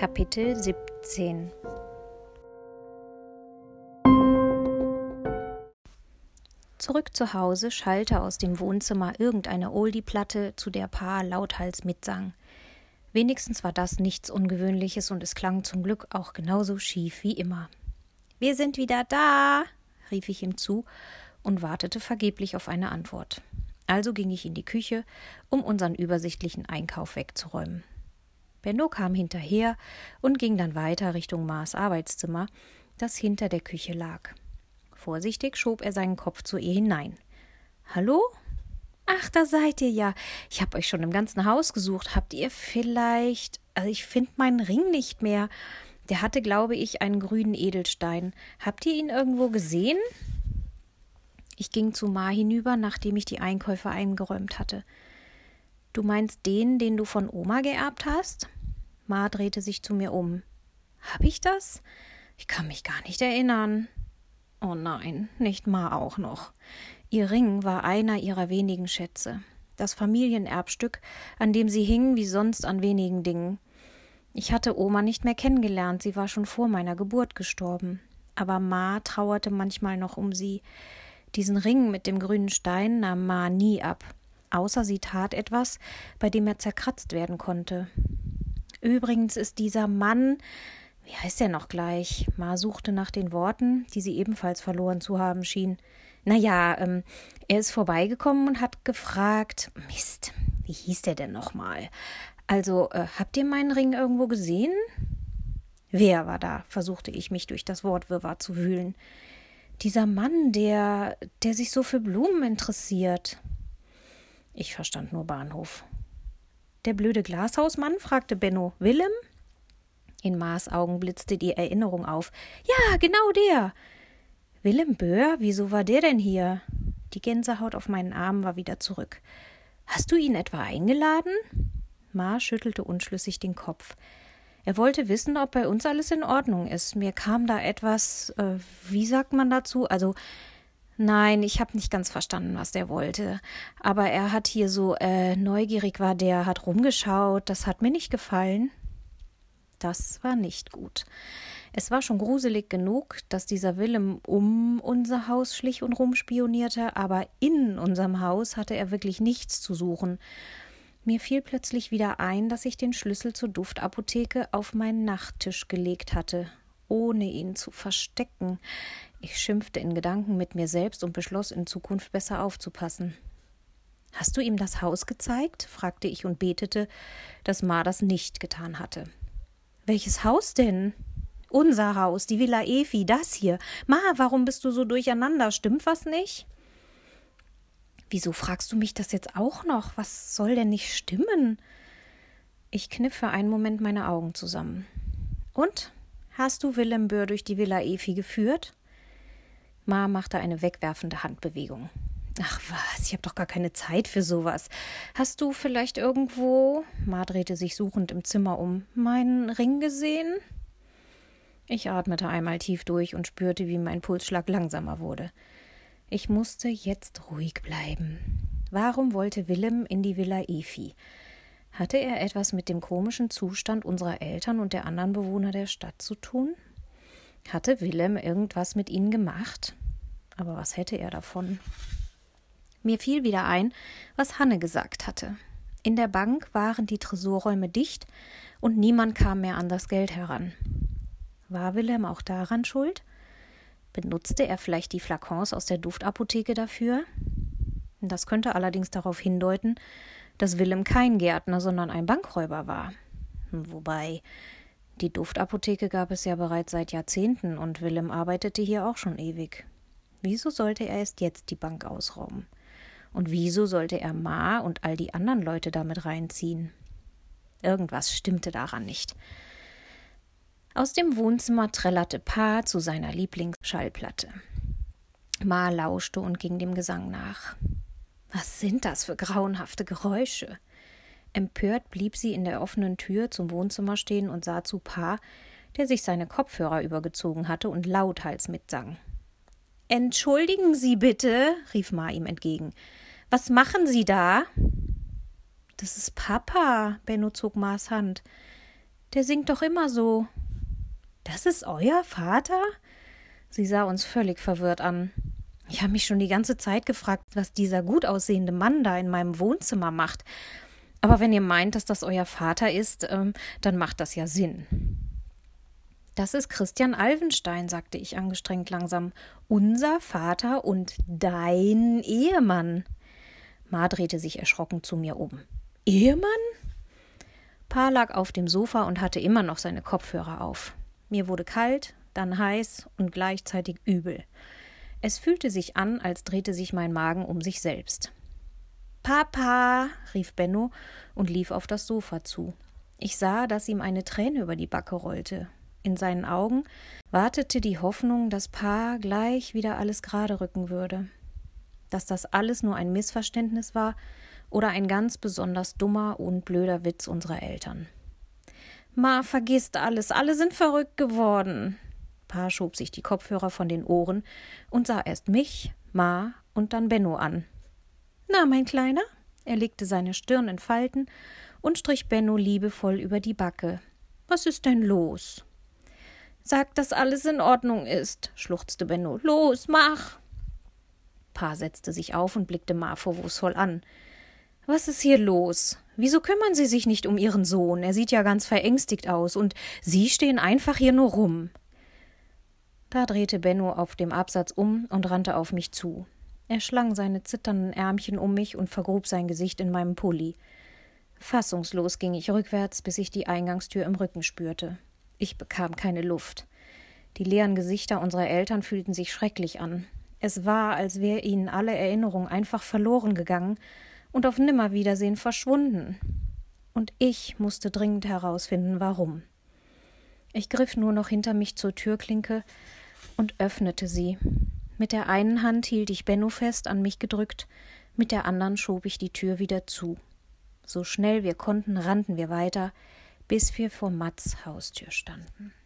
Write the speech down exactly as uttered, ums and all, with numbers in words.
Kapitel siebzehn. Zurück zu Hause schallte aus dem Wohnzimmer irgendeine Oldie-Platte, zu der Pa lauthals mitsang. Wenigstens war das nichts Ungewöhnliches und es klang zum Glück auch genauso schief wie immer. »Wir sind wieder da«, rief ich ihm zu und wartete vergeblich auf eine Antwort. Also ging ich in die Küche, um unseren übersichtlichen Einkauf wegzuräumen. Benno kam hinterher und ging dann weiter Richtung Ma's Arbeitszimmer, das hinter der Küche lag. Vorsichtig schob er seinen Kopf zu ihr hinein. »Hallo? Ach, da seid ihr ja. Ich habe euch schon im ganzen Haus gesucht. Habt ihr vielleicht... Also ich finde meinen Ring nicht mehr. Der hatte, glaube ich, einen grünen Edelstein. Habt ihr ihn irgendwo gesehen?« Ich ging zu Ma hinüber, nachdem ich die Einkäufe eingeräumt hatte. »Du meinst den, den du von Oma geerbt hast?« Ma drehte sich zu mir um. »Hab ich das? Ich kann mich gar nicht erinnern.« Oh nein, nicht Ma auch noch. Ihr Ring war einer ihrer wenigen Schätze. Das Familienerbstück, an dem sie hing wie sonst an wenigen Dingen. Ich hatte Oma nicht mehr kennengelernt, sie war schon vor meiner Geburt gestorben. Aber Ma trauerte manchmal noch um sie. Diesen Ring mit dem grünen Stein nahm Ma nie ab. Außer sie tat etwas, bei dem er zerkratzt werden konnte. Übrigens ist dieser Mann, wie heißt er noch gleich? Ma suchte nach den Worten, die sie ebenfalls verloren zu haben schien. Naja, ähm, er ist vorbeigekommen und hat gefragt, Mist, wie hieß der denn nochmal? Also, äh, habt ihr meinen Ring irgendwo gesehen? Wer war da? Versuchte ich mich durch das Wortwirrwarr zu wühlen. Dieser Mann, der, der sich so für Blumen interessiert. Ich verstand nur Bahnhof. Der blöde Glashausmann? Fragte Benno. Willem? In Ma's Augen blitzte die Erinnerung auf. Ja, genau der. Willem Böhr? Wieso war der denn hier? Die Gänsehaut auf meinen Armen war wieder zurück. Hast du ihn etwa eingeladen? Ma schüttelte unschlüssig den Kopf. Er wollte wissen, ob bei uns alles in Ordnung ist. Mir kam da etwas, äh, wie sagt man dazu? Also, nein, ich habe nicht ganz verstanden, was der wollte. Aber er hat hier so, äh, neugierig war der, hat rumgeschaut. Das hat mir nicht gefallen. Das war nicht gut. Es war schon gruselig genug, dass dieser Willem um unser Haus schlich und rumspionierte, aber in unserem Haus hatte er wirklich nichts zu suchen. Mir fiel plötzlich wieder ein, dass ich den Schlüssel zur Duftapotheke auf meinen Nachttisch gelegt hatte, ohne ihn zu verstecken. Ich schimpfte in Gedanken mit mir selbst und beschloss, in Zukunft besser aufzupassen. »Hast du ihm das Haus gezeigt?« fragte ich und betete, dass Ma das nicht getan hatte. »Welches Haus denn?« »Unser Haus, die Villa Efi, das hier. Ma, warum bist du so durcheinander? Stimmt was nicht?« »Wieso fragst du mich das jetzt auch noch? Was soll denn nicht stimmen?« Ich kniff für einen Moment meine Augen zusammen. »Und? Hast du Willem Böhr durch die Villa Efi geführt?« Ma machte eine wegwerfende Handbewegung. »Ach was, ich habe doch gar keine Zeit für sowas. Hast du vielleicht irgendwo...« Ma drehte sich suchend im Zimmer um. »Meinen Ring gesehen?« Ich atmete einmal tief durch und spürte, wie mein Pulsschlag langsamer wurde. Ich musste jetzt ruhig bleiben. Warum wollte Willem in die Villa Efi? Hatte er etwas mit dem komischen Zustand unserer Eltern und der anderen Bewohner der Stadt zu tun? Hatte Willem irgendwas mit ihnen gemacht? Aber was hätte er davon? Mir fiel wieder ein, was Hanne gesagt hatte. In der Bank waren die Tresorräume dicht und niemand kam mehr an das Geld heran. War Willem auch daran schuld? Benutzte er vielleicht die Flakons aus der Duftapotheke dafür? Das könnte allerdings darauf hindeuten, dass Willem kein Gärtner, sondern ein Bankräuber war. Wobei, die Duftapotheke gab es ja bereits seit Jahrzehnten und Willem arbeitete hier auch schon ewig. Wieso sollte er erst jetzt die Bank ausrauben? Und wieso sollte er Ma und all die anderen Leute damit reinziehen? Irgendwas stimmte daran nicht. Aus dem Wohnzimmer trällerte Pa zu seiner Lieblingsschallplatte. Ma lauschte und ging dem Gesang nach. Was sind das für grauenhafte Geräusche? Empört blieb sie in der offenen Tür zum Wohnzimmer stehen und sah zu Pa, der sich seine Kopfhörer übergezogen hatte und lauthals mitsang. »Entschuldigen Sie bitte«, rief Ma ihm entgegen. »Was machen Sie da?« »Das ist Papa«, Benno zog Ma's Hand. Der singt doch immer so. Das ist euer Vater? Sie sah uns völlig verwirrt an. Ich habe mich schon die ganze Zeit gefragt, was dieser gut aussehende Mann da in meinem Wohnzimmer macht. Aber wenn ihr meint, dass das euer Vater ist, ähm, dann macht das ja Sinn. Das ist Christian Alvenstein, sagte ich angestrengt langsam. Unser Vater und dein Ehemann. Ma drehte sich erschrocken zu mir um. Ehemann? Pa lag auf dem Sofa und hatte immer noch seine Kopfhörer auf. Mir wurde kalt, dann heiß und gleichzeitig übel. Es fühlte sich an, als drehte sich mein Magen um sich selbst. »Papa«, rief Benno und lief auf das Sofa zu. Ich sah, dass ihm eine Träne über die Backe rollte. In seinen Augen wartete die Hoffnung, dass Pa gleich wieder alles gerade rücken würde. Dass das alles nur ein Missverständnis war oder ein ganz besonders dummer und blöder Witz unserer Eltern. »Ma vergisst alles, alle sind verrückt geworden.« Pa schob sich die Kopfhörer von den Ohren und sah erst mich, Ma und dann Benno an. »Na, mein Kleiner?« Er legte seine Stirn in Falten und strich Benno liebevoll über die Backe. »Was ist denn los?« »Sag, dass alles in Ordnung ist«, schluchzte Benno. »Los, mach!« Pa setzte sich auf und blickte Ma vorwurfsvoll an. »Was ist hier los? Wieso kümmern Sie sich nicht um Ihren Sohn? Er sieht ja ganz verängstigt aus und Sie stehen einfach hier nur rum.« Da drehte Benno auf dem Absatz um und rannte auf mich zu. Er schlang seine zitternden Ärmchen um mich und vergrub sein Gesicht in meinem Pulli. Fassungslos ging ich rückwärts, bis ich die Eingangstür im Rücken spürte. Ich bekam keine Luft. Die leeren Gesichter unserer Eltern fühlten sich schrecklich an. Es war, als wäre ihnen alle Erinnerung einfach verloren gegangen und auf Nimmerwiedersehen verschwunden. Und ich musste dringend herausfinden, warum. Ich griff nur noch hinter mich zur Türklinke und öffnete sie. Mit der einen Hand hielt ich Benno fest, an mich gedrückt, mit der anderen schob ich die Tür wieder zu. So schnell wir konnten, rannten wir weiter, bis wir vor Mats Haustür standen.